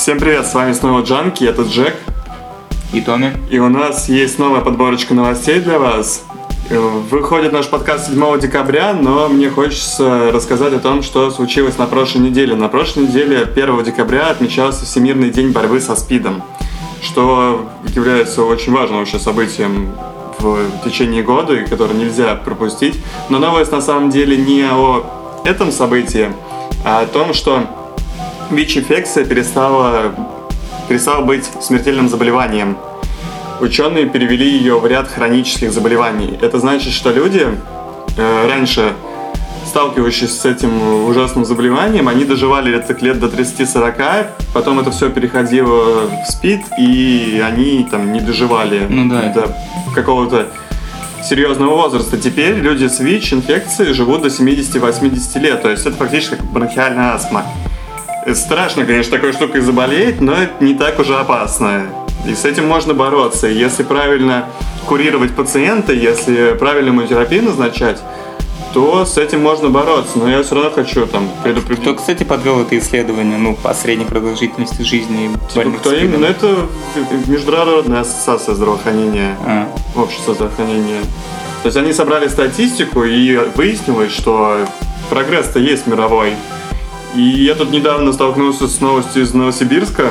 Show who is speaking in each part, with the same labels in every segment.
Speaker 1: Всем привет, с вами снова Джанки, это Джек.
Speaker 2: И Томми.
Speaker 1: И у нас есть новая подборочка новостей для вас. Выходит наш подкаст 7 декабря, но мне хочется рассказать о том, что случилось на прошлой неделе. На прошлой неделе, 1 декабря, отмечался Всемирный день борьбы со СПИДом, что является очень важным вообще событием в течение года, и которое нельзя пропустить. Но новость на самом деле не о этом событии, а о том, что ВИЧ-инфекция перестала быть смертельным заболеванием. Ученые перевели ее в ряд хронических заболеваний. Это значит, что люди, раньше сталкивающиеся с этим ужасным заболеванием, они доживали лет до 30-40, потом это все переходило в СПИД, и они там не доживали до какого-то серьезного возраста. Теперь люди с ВИЧ-инфекцией живут до 70-80 лет, то есть это фактически как бронхиальная астма. Это страшно, конечно, такой штукой заболеть, но это не так уже опасно. И с этим можно бороться. И если правильно курировать пациента, если правильно ему терапию назначать, то с этим можно бороться. Но я все равно хочу предупредить.
Speaker 2: Кто, кстати, подвел это исследование, по средней продолжительности жизни больных
Speaker 1: кто
Speaker 2: СПИДом?
Speaker 1: именно? Это Международная ассоциация здравоохранения, общество здравоохранения. То есть они собрали статистику, и выяснилось, что прогресс-то есть мировой. И я тут недавно столкнулся с новостью из Новосибирска.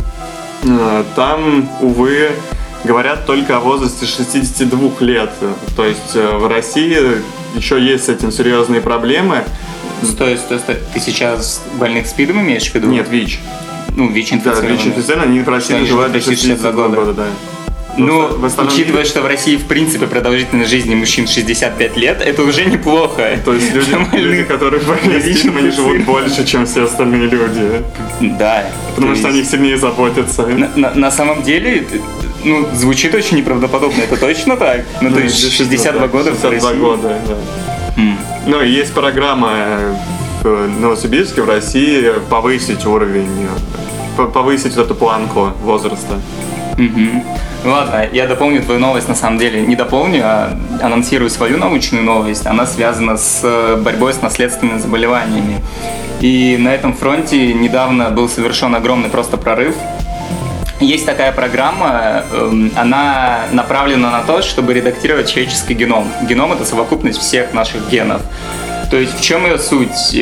Speaker 1: Там, увы, говорят только о возрасте 62 лет. То есть в России еще есть с этим серьезные проблемы.
Speaker 2: То есть ты сейчас больных СПИДом имеешь в виду?
Speaker 1: Нет, ВИЧ.
Speaker 2: ВИЧ-инфицированные.
Speaker 1: Да, ВИЧ-инфицированные, они в России доживают до 62 года, да.
Speaker 2: Учитывая, что в России, в принципе, продолжительность жизни мужчин 65 лет, это уже неплохо.
Speaker 1: То есть люди, которые больны ВИЧом, они живут больше, чем все остальные люди.
Speaker 2: Да.
Speaker 1: Потому что о них сильнее заботятся.
Speaker 2: На самом деле, звучит очень неправдоподобно, это точно так? То есть 62 года в России?
Speaker 1: 62 года, да. И есть программа в Новосибирске, в России, повысить уровень, повысить эту планку возраста.
Speaker 2: Ладно, я дополню твою новость, на самом деле не дополню, а анонсирую свою научную новость. Она связана с борьбой с наследственными заболеваниями. И на этом фронте недавно был совершен огромный просто прорыв. Есть такая программа, она направлена на то, чтобы редактировать человеческий геном. Геном — это совокупность всех наших генов. То есть в чем ее суть?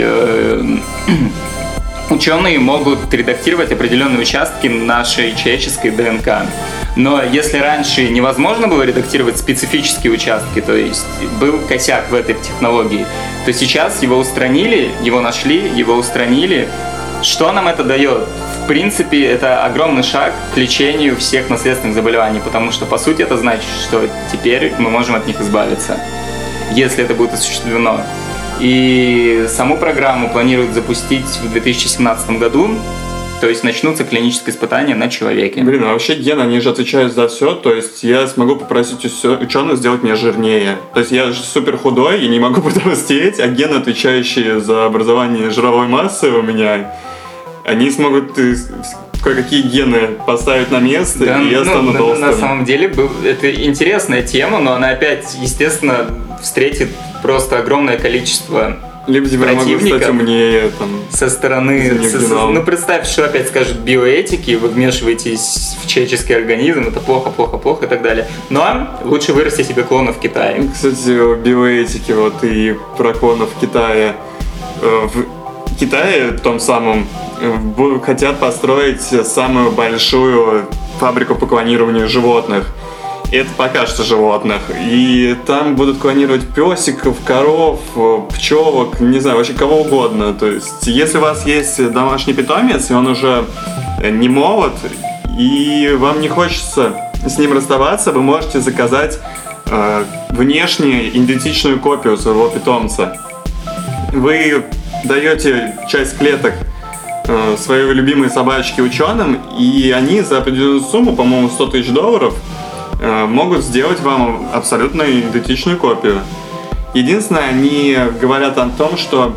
Speaker 2: Ученые могут редактировать определенные участки нашей человеческой ДНК. Но если раньше невозможно было редактировать специфические участки, то есть был косяк в этой технологии, то сейчас его устранили, его нашли, его устранили. Что нам это дает? В принципе, это огромный шаг к лечению всех наследственных заболеваний, потому что, по сути, это значит, что теперь мы можем от них избавиться, если это будет осуществлено. И саму программу планируют запустить в 2017 году, то есть начнутся клинические испытания на человеке.
Speaker 1: А вообще гены, они же отвечают за все, то есть я смогу попросить ученых сделать меня жирнее. То есть я же супер худой и не могу потолстеть, а гены, отвечающие за образование жировой массы у меня, они смогут кое-какие гены поставить на место, и я стану толстым.
Speaker 2: На самом деле, это интересная тема, но она опять, естественно, встретит просто огромное количество
Speaker 1: либо я могу стать умнее
Speaker 2: со стороны. Представь, что опять скажут биоэтики, вы вмешиваетесь в человеческий организм, это плохо, плохо, плохо и так далее. Но лучше вырасти себе клонов в Китае.
Speaker 1: Кстати, биоэтики, и про клонов в Китае. В Китае, в том самом, хотят построить самую большую фабрику по клонированию животных. Это пока что животных. И там будут клонировать песиков, коров, пчелок, не знаю, вообще кого угодно. То есть, если у вас есть домашний питомец, и он уже не молод, и вам не хочется с ним расставаться, вы можете заказать внешне идентичную копию своего питомца. Вы даете часть клеток своей любимой собачки ученым, и они за определенную сумму, по-моему, $100 000, могут сделать вам абсолютно идентичную копию. Единственное, они говорят о том, что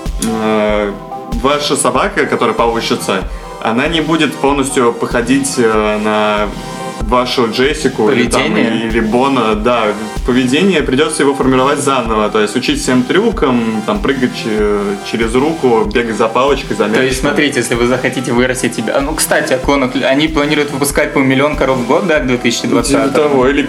Speaker 1: ваша собака, которая получится, она не будет полностью походить на вашу Джессику или Бона, да, поведение придется его формировать заново, то есть учить всем трюкам, там, прыгать через руку, бегать за палочкой, за мячиком.
Speaker 2: То есть, смотрите, если вы захотите вырастить себя... Ну, кстати, о клонах, они планируют выпускать, по-моему, 1 000 000 коров в год, да, к 2020-му?
Speaker 1: Типа того, или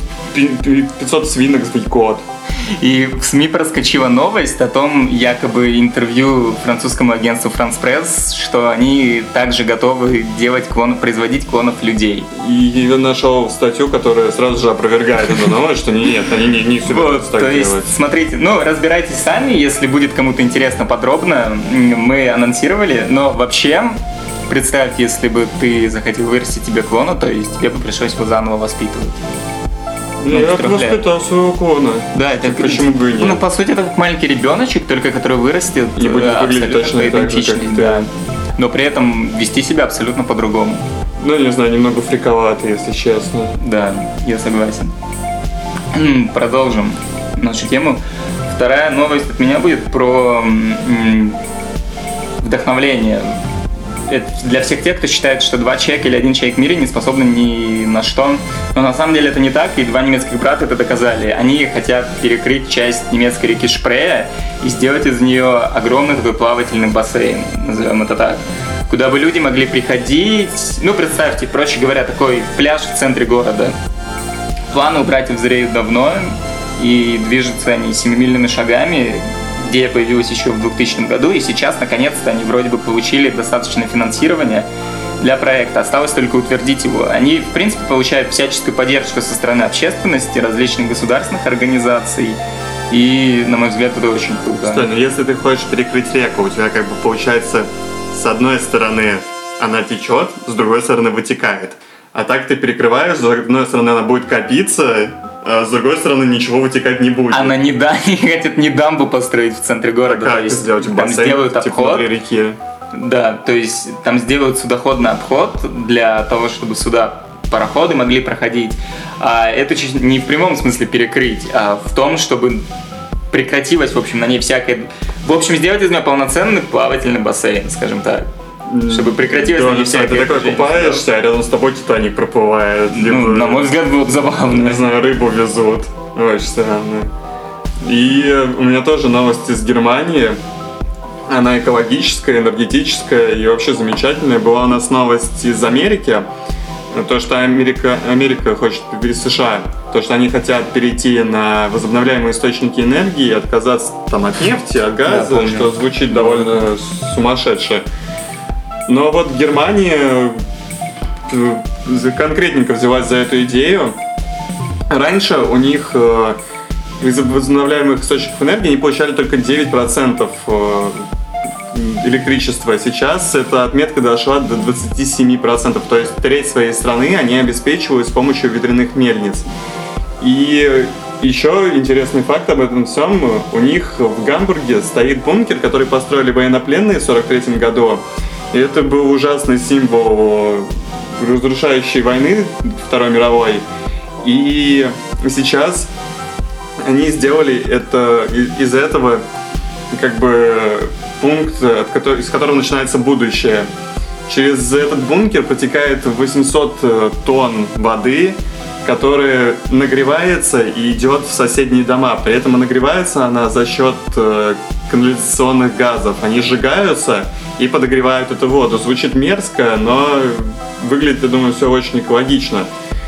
Speaker 1: 500 свинок в год.
Speaker 2: И в СМИ проскочила новость о том, якобы интервью французскому агентству France Press, что они также готовы производить клонов людей.
Speaker 1: И я нашел статью, которая сразу же опровергает эту новость, что нет, они не собираются так делать.
Speaker 2: То есть, смотрите, разбирайтесь сами, если будет кому-то интересно подробно, мы анонсировали, но вообще... Представь, если бы ты захотел вырастить тебе клона, то есть тебе бы пришлось его заново воспитывать.
Speaker 1: Я воспитал своего клона.
Speaker 2: Да, это
Speaker 1: почему бы и нет?
Speaker 2: По сути, это как маленький ребеночек, только который вырастет
Speaker 1: и будет выглядеть точно так же, как ты.
Speaker 2: Да. Но при этом вести себя абсолютно по-другому.
Speaker 1: Не знаю, немного фриковато, если честно.
Speaker 2: Да, я согласен. Продолжим нашу тему. Вторая новость от меня будет про вдохновление. Это для всех тех, кто считает, что 2 человека или 1 человек в мире не способны ни на что. Но на самом деле это не так, и 2 немецких брата это доказали. Они хотят перекрыть часть немецкой реки Шпрее и сделать из нее огромный такой плавательный бассейн, назовем это так, куда бы люди могли приходить. Представьте, проще говоря, такой пляж в центре города. Планы у братьев зреют давно, и движутся они семимильными шагами. Идея появилась еще в 2000 году, и сейчас, наконец-то, они вроде бы получили достаточное финансирование для проекта. Осталось только утвердить его. Они, в принципе, получают всяческую поддержку со стороны общественности, различных государственных организаций, и, на мой взгляд, это очень круто.
Speaker 1: Стой, если ты хочешь перекрыть реку, у тебя получается, с одной стороны она течет, с другой стороны вытекает. А так ты перекрываешь, с одной стороны она будет копиться, а с другой стороны ничего вытекать не будет.
Speaker 2: Они хотят не дамбу построить в центре города.
Speaker 1: Как сделать бассейн,
Speaker 2: там сделают обход.
Speaker 1: Реки.
Speaker 2: Да, то есть там сделают судоходный обход для того, чтобы сюда пароходы могли проходить. А это не в прямом смысле перекрыть, а в том, чтобы прекратилось, в общем, на ней всякое... В общем, сделать из нее полноценный плавательный бассейн, скажем так. Чтобы прекратилось на ней всякое...
Speaker 1: Ты такой купаешься, а рядом с тобой Титаник проплывает.
Speaker 2: На мой взгляд, было бы забавно.
Speaker 1: Не знаю, рыбу везут. Очень странно. И у меня тоже новость из Германии. Она экологическая, энергетическая и вообще замечательная. Была у нас новость из Америки. То, что Америка хочет, из США, то, что они хотят перейти на возобновляемые источники энергии и отказаться от нефти, от газа, да, что звучит довольно сумасшедше. Но вот Германия конкретненько взялась за эту идею. Раньше у них из возобновляемых источников энергии они получали только 9% электричества. Сейчас эта отметка дошла до 27%. То есть треть своей страны они обеспечивают с помощью ветряных мельниц. И еще интересный факт об этом всем. У них в Гамбурге стоит бункер, который построили военнопленные в 1943 году. И это был ужасный символ разрушающей войны Второй мировой. И сейчас они сделали это из этого пункт, из которого начинается будущее. Через этот бункер протекает 800 тонн воды, которая нагревается и идет в соседние дома. При этом нагревается она за счет канализационных газов. Они сжигаются и подогревают эту воду. Звучит мерзко, но выглядит, я думаю, все очень экологично.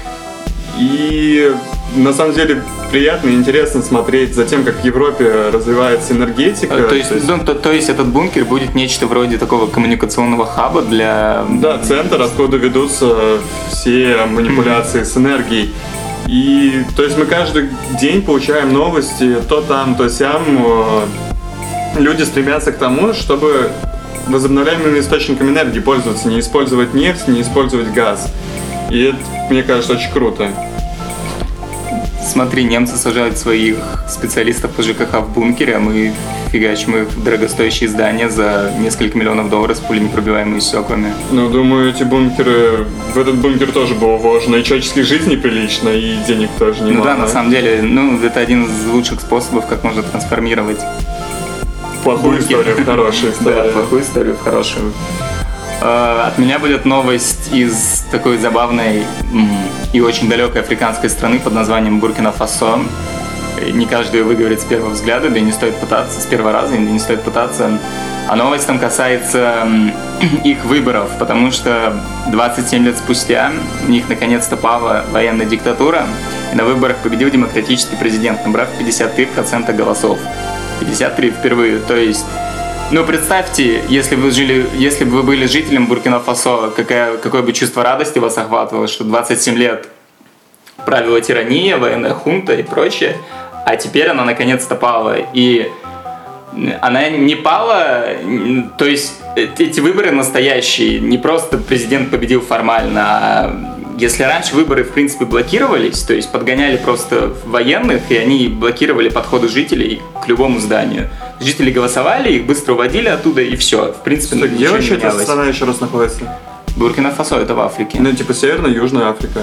Speaker 1: И на самом деле приятно и интересно смотреть за тем, как в Европе развивается энергетика.
Speaker 2: То есть этот бункер будет нечто вроде такого коммуникационного хаба для...
Speaker 1: Да, центр, откуда ведутся все манипуляции с энергией. И то есть мы каждый день получаем новости, то там, то сям. Люди стремятся к тому, чтобы возобновляемыми источниками энергии пользоваться, не использовать нефть, не использовать газ. И это, мне кажется, очень круто.
Speaker 2: Смотри, немцы сажают своих специалистов по ЖКХ в бункере, а мы фигачим их в дорогостоящие здания за несколько миллионов долларов с пуленепробиваемыми стеклами.
Speaker 1: Думаю, в этот бункер тоже было вложено и человеческих жизней прилично, и денег тоже немало.
Speaker 2: Да, на самом деле, это один из лучших способов, как можно трансформировать
Speaker 1: плохую историю в хорошую историю.
Speaker 2: Да, плохую историю в хорошую. От меня будет новость из такой забавной и очень далекой африканской страны под названием Буркина-Фасо. Не каждый ее выговорит с первого взгляда, да и не стоит пытаться, с первого раза, и не стоит пытаться. А новость там касается их выборов, потому что 27 лет спустя у них наконец-то пала военная диктатура, и на выборах победил демократический президент, набрав 53% голосов. 53 впервые, то есть... Ну, представьте, если бы вы были жителем Буркина-Фасо, какое бы чувство радости вас охватывало, что 27 лет правила тирания, военная хунта и прочее, а теперь она наконец-то пала. И она не пала, то есть эти выборы настоящие, не просто президент победил формально, а если раньше выборы, в принципе, блокировались, то есть подгоняли просто военных, и они блокировали подходы жителей к любому зданию. Жители голосовали, их быстро уводили оттуда, и все. В принципе,
Speaker 1: ничего не менялось. Где вообще эта страна еще раз находится?
Speaker 2: Буркина-Фасо, это в Африке.
Speaker 1: Ну, типа Северная, Южная Африка.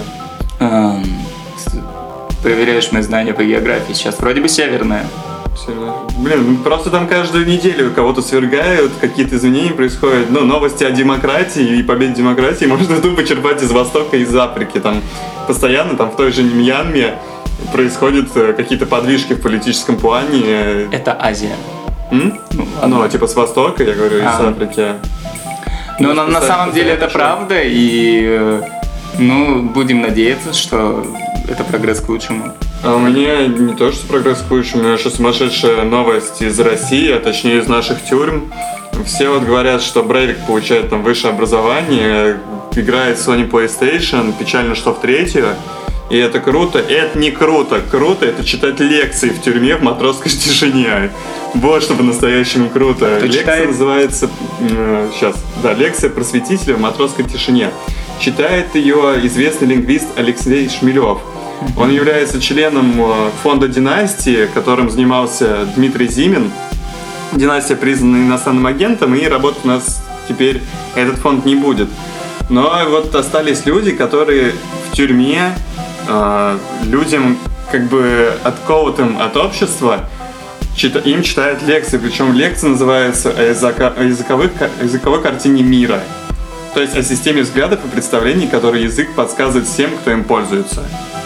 Speaker 2: Проверяешь мои знания по географии сейчас. Вроде бы северная.
Speaker 1: Блин, просто там каждую неделю кого-то свергают, какие-то изменения происходят. Ну, новости о демократии и победе демократии можно тупо черпать из Востока и из Африки. Там постоянно, там в той же Мьянме происходят какие-то подвижки в политическом плане.
Speaker 2: Это Азия.
Speaker 1: Ну, типа с Востока, я говорю, из Африки.
Speaker 2: Ну, на самом деле это правда, и будем надеяться, что это прогресс к лучшему.
Speaker 1: А у меня не то, что прогресс к лучшему, у меня еще сумасшедшая новость из России, а точнее из наших тюрьм. Все вот говорят, что Брейвик получает там высшее образование, играет в Sony PlayStation, печально, что в третью. И это круто. Это не круто. Круто — это читать лекции в тюрьме в матросской тишине. Вот что по-настоящему круто. Лекция называется... лекция просветителя в матросской тишине. Читает ее известный лингвист Алексей Шмелев. Он является членом фонда «Династии», которым занимался Дмитрий Зимин. «Династия» признана иностранным агентом, и работать у нас теперь этот фонд не будет. Но вот остались люди, которые в тюрьме, людям как бы отковытым от общества, им читают лекции. Причем лекция называется о языковой картине мира. То есть о системе взглядов и представлений, которые язык подсказывает всем, кто им пользуется.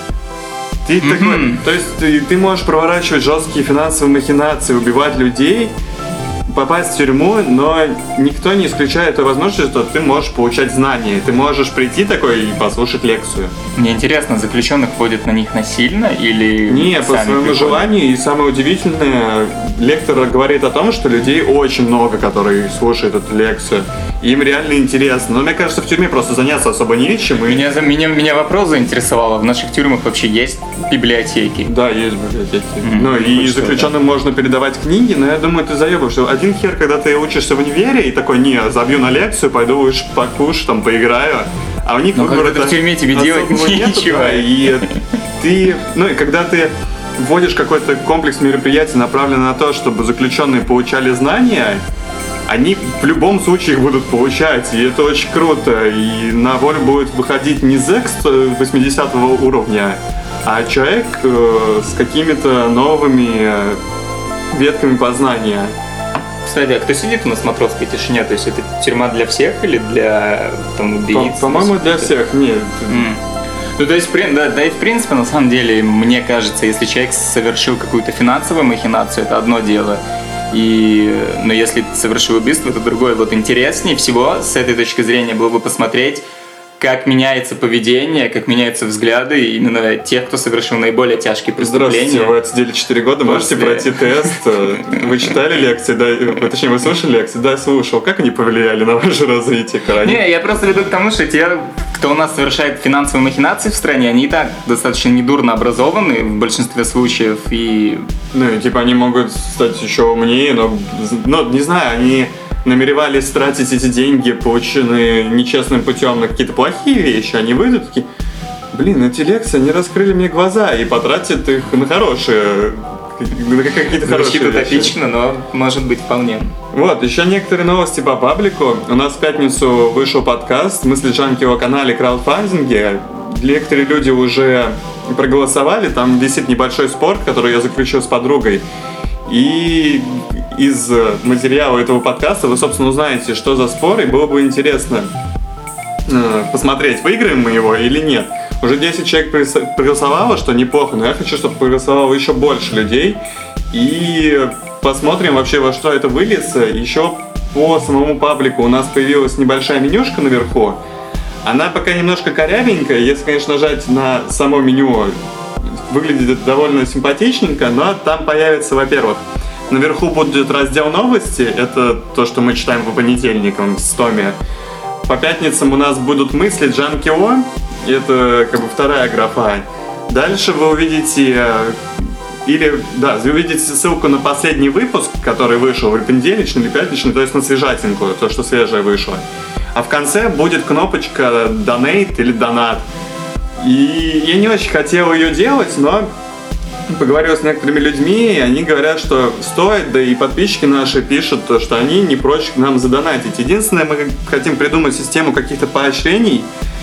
Speaker 1: То есть ты можешь проворачивать жесткие финансовые махинации, убивать людей, попасть в тюрьму, но никто не исключает той возможности, что ты можешь получать знания. Ты можешь прийти такой и послушать лекцию.
Speaker 2: Мне интересно, заключенных вводят на них насильно или...
Speaker 1: Не, по своему желанию. И самое удивительное, лектор говорит о том, что людей очень много, которые слушают эту лекцию. Им реально интересно. Но мне кажется, в тюрьме просто заняться особо нечем.
Speaker 2: Меня вопрос заинтересовал. В наших тюрьмах вообще есть библиотеки?
Speaker 1: Да, есть библиотеки. Ну и заключенным можно передавать книги, но я думаю, ты заебываешься. Один хер, когда ты учишься в универе и такой, забью на лекцию, пойду уж покушаю, там, поиграю. А у них
Speaker 2: когда ты в тюрьме, тебе делать нечего.
Speaker 1: И когда ты вводишь какой-то комплекс мероприятий, направленный на то, чтобы заключенные получали знания, они в любом случае их будут получать, и это очень круто. И на волю будет выходить не зэк 80 уровня, а человек с какими-то новыми ветками познания.
Speaker 2: Кстати, а кто сидит у нас в матросской тишине? То есть это тюрьма для всех или для убийц?
Speaker 1: По-моему, для всех, нет.
Speaker 2: Ну, то есть, и в принципе, на самом деле, мне кажется, если человек совершил какую-то финансовую махинацию, это одно дело. Но если ты совершил убийство, это другое. Вот интереснее всего с этой точки зрения было бы посмотреть, как меняется поведение, как меняются взгляды именно тех, кто совершил наиболее тяжкие преступления.
Speaker 1: Здравствуйте, вы отсидели 4 года, можете пройти тест. Вы читали лекции? Точнее, вы слушали лекции? Да, слушал. Как они повлияли на ваше развитие?
Speaker 2: Не, я просто веду к тому, что те, кто у нас совершает финансовые махинации в стране, они и так достаточно недурно образованы в большинстве случаев. И
Speaker 1: они могут стать еще умнее, но не знаю, они намеревались тратить эти деньги, полученные нечестным путем, на какие-то плохие вещи, они выйдут такие, эти лекции, они раскрыли мне глаза, и потратят их на хорошие, на какие-то хорошие вещи.
Speaker 2: Утопично, но может быть вполне.
Speaker 1: Вот, еще некоторые новости по паблику. У нас в пятницу вышел подкаст, мы с Лежанки о канале краудфандинге. Некоторые люди уже проголосовали, там висит небольшой спор, который я заключил с подругой. И из материала этого подкаста вы, собственно, узнаете, что за спор, и было бы интересно посмотреть, выиграем мы его или нет. Уже 10 человек проголосовало, что неплохо, но я хочу, чтобы проголосовало еще больше людей. И посмотрим вообще, во что это выльется. Еще по самому паблику у нас появилась небольшая менюшка наверху. Она пока немножко корявенькая. Если, конечно, нажать на само меню, выглядит это довольно симпатичненько. Но там появится, во-первых, наверху будет раздел новости. Это то, что мы читаем по понедельникам с Томи. По пятницам у нас будут мысли Джанкио. Это как бы вторая графа. Дальше вы увидите вы увидите ссылку на последний выпуск, который вышел, или понедельничный, или пятничный, то есть на свежатинку, то, что свежее вышло. А в конце будет кнопочка Donate или Донат. И я не очень хотел ее делать, но поговорил с некоторыми людьми, и они говорят, что стоит, да и подписчики наши пишут, что они не прочь нам задонатить. Единственное, мы хотим придумать систему каких-то поощрений,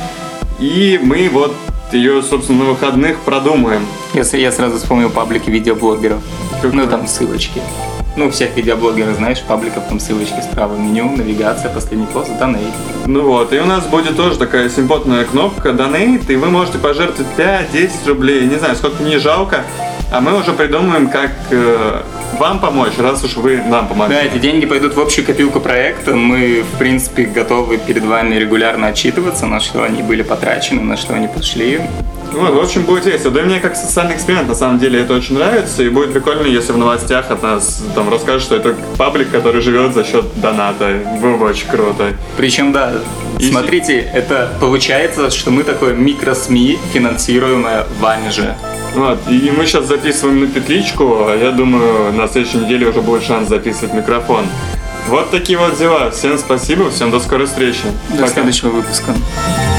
Speaker 1: и мы вот ее, собственно, на выходных продумаем.
Speaker 2: Я сразу вспомнил паблики видеоблогеров. Ну, там ссылочки. Ну, у всех видеоблогеров, знаешь, пабликов там ссылочки справа, меню, навигация, последний пост, Donate.
Speaker 1: Ну вот, и у нас будет тоже такая симпотная кнопка Donate, и вы можете пожертвовать 5-10 рублей, не знаю, сколько не жалко, а мы уже придумаем, как вам помочь, раз уж вы нам помогли.
Speaker 2: Да, эти деньги пойдут в общую копилку проекта. Мы, в принципе, готовы перед вами регулярно отчитываться, на что они были потрачены, на что они пошли.
Speaker 1: Вот, в общем, будет весело. Да и мне как социальный эксперимент, на самом деле, это очень нравится. И будет прикольно, если в новостях от нас там расскажут, что это паблик, который живет за счет доната. Было бы очень круто.
Speaker 2: Причем, да, смотрите, это получается, что мы такое микро-СМИ, финансируемое вами же.
Speaker 1: Вот, и мы сейчас записываем на петличку, а я думаю, на следующей неделе уже будет шанс записывать микрофон. Вот такие вот дела. Всем спасибо, всем до скорой встречи.
Speaker 2: До следующего выпуска.